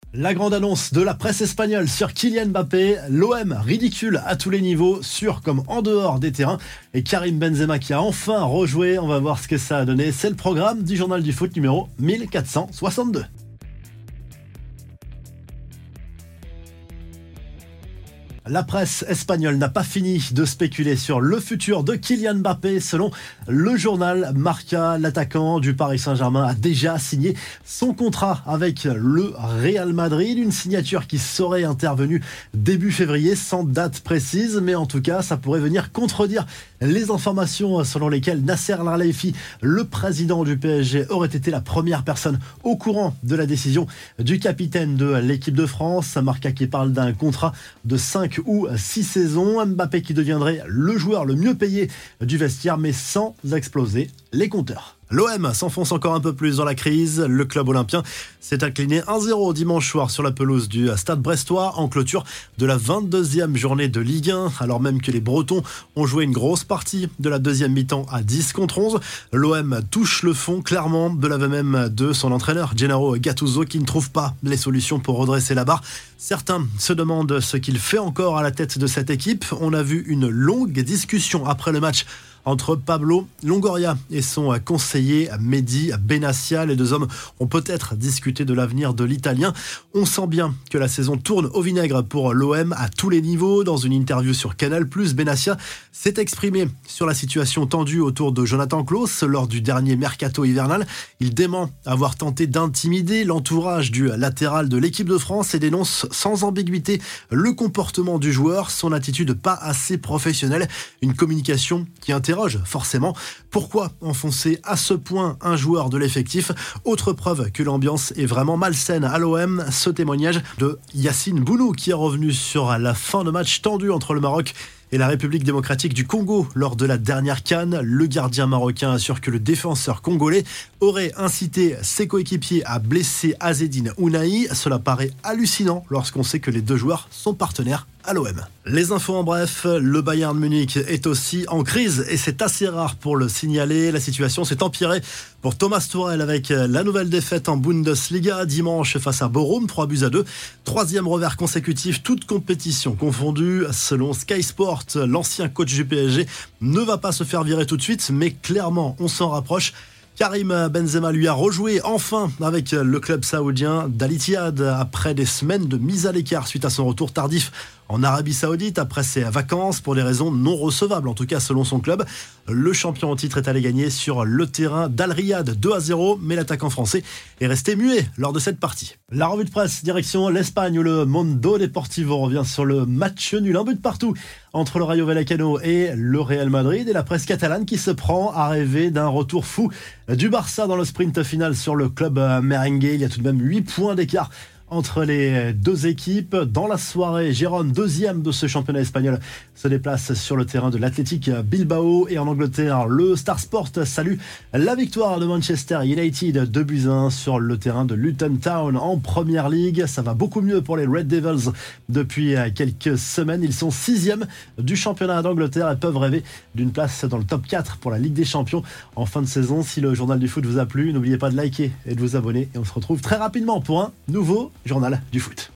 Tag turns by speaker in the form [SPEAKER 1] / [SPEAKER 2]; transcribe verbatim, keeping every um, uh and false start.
[SPEAKER 1] La grande annonce de la presse espagnole sur Kylian Mbappé, l'O M ridicule à tous les niveaux, sur comme en dehors des terrains, et Karim Benzema qui a enfin rejoué. On va voir ce que ça a donné. C'est le programme du journal du foot numéro mille quatre cent soixante-deux. La presse espagnole n'a pas fini de spéculer sur le futur de Kylian Mbappé. Selon le journal Marca, l'attaquant du Paris Saint-Germain a déjà signé son contrat avec le Real Madrid. Une signature qui serait intervenue début février sans date précise. Mais en tout cas, ça pourrait venir contredire les informations selon lesquelles Nasser Al-Khelaifi, le président du P S G, aurait été la première personne au courant de la décision du capitaine de l'équipe de France. Marca qui parle d'un contrat de cinq ou six saisons. Mbappé qui deviendrait le joueur le mieux payé du vestiaire, mais sans exploser les compteurs. L'O M s'enfonce encore un peu plus dans la crise. Le club olympien s'est incliné un zéro dimanche soir sur la pelouse du Stade brestois en clôture de la vingt-deuxième journée de Ligue un, alors même que les Bretons ont joué une grosse partie de la deuxième mi-temps à dix contre onze. L'O M touche le fond clairement, de l'aveu même de son entraîneur Gennaro Gattuso, qui ne trouve pas les solutions pour redresser la barre. Certains se demandent ce qu'il fait encore à la tête de cette équipe. On a vu une longue discussion après le match entre Pablo Longoria et son conseiller Mehdi Benassia. Les deux hommes ont peut-être discuté de l'avenir de l'Italien. On sent bien que la saison tourne au vinaigre pour l'O M à tous les niveaux. Dans une interview sur Canal plus, Benassia s'est exprimé sur la situation tendue autour de Jonathan Klaus lors du dernier mercato hivernal. Il dément avoir tenté d'intimider l'entourage du latéral de l'équipe de France et dénonce sans ambiguïté le comportement du joueur, son attitude pas assez professionnelle, une communication qui interroge forcément. Pourquoi enfoncer à ce point un joueur de l'effectif? Autre preuve que l'ambiance est vraiment malsaine à l'O M, ce témoignage de Yacine Bounou qui est revenu sur la fin de match tendu entre le Maroc et la République démocratique du Congo lors de la dernière CAN. Le gardien marocain assure que le défenseur congolais aurait incité ses coéquipiers à blesser Azzedine Ounahi. Cela paraît hallucinant lorsqu'on sait que les deux joueurs sont partenaires à l'O M. Les infos en bref, le Bayern Munich est aussi en crise et c'est assez rare pour le signaler. La situation s'est empirée pour Thomas Tuchel avec la nouvelle défaite en Bundesliga dimanche face à Bochum, trois buts à deux. Troisième revers consécutif, toute compétition confondue. Selon Sky Sport, l'ancien coach du P S G ne va pas se faire virer tout de suite, mais clairement on s'en rapproche. Karim Benzema lui a rejoué enfin avec le club saoudien d'Al Ittihad après des semaines de mise à l'écart suite à son retour tardif en Arabie Saoudite après ses vacances pour des raisons non recevables, en tout cas selon son club. Le champion en titre est allé gagner sur le terrain d'Al Riyad deux à zéro, mais l'attaquant français est resté muet lors de cette partie. La revue de presse, direction l'Espagne où le Mundo Deportivo revient sur le match nul, un but partout entre le Rayo Vallecano et le Real Madrid, et la presse catalane qui se prend à rêver d'un retour fou du Barça dans le sprint final sur le club merengue. Il y a tout de même huit points d'écart entre les deux équipes. Dans la soirée, Gérone, deuxième de ce championnat espagnol, se déplace sur le terrain de l'Athletic Bilbao. Et en Angleterre, le Star Sport salue la victoire de Manchester United deux buts à un sur le terrain de Luton Town en Première League. Ça va beaucoup mieux pour les Red Devils depuis quelques semaines. Ils sont sixième du championnat d'Angleterre et peuvent rêver d'une place dans le top quatre pour la Ligue des Champions en fin de saison. Si le journal du foot vous a plu, n'oubliez pas de liker et de vous abonner. Et on se retrouve très rapidement pour un nouveau journal du foot.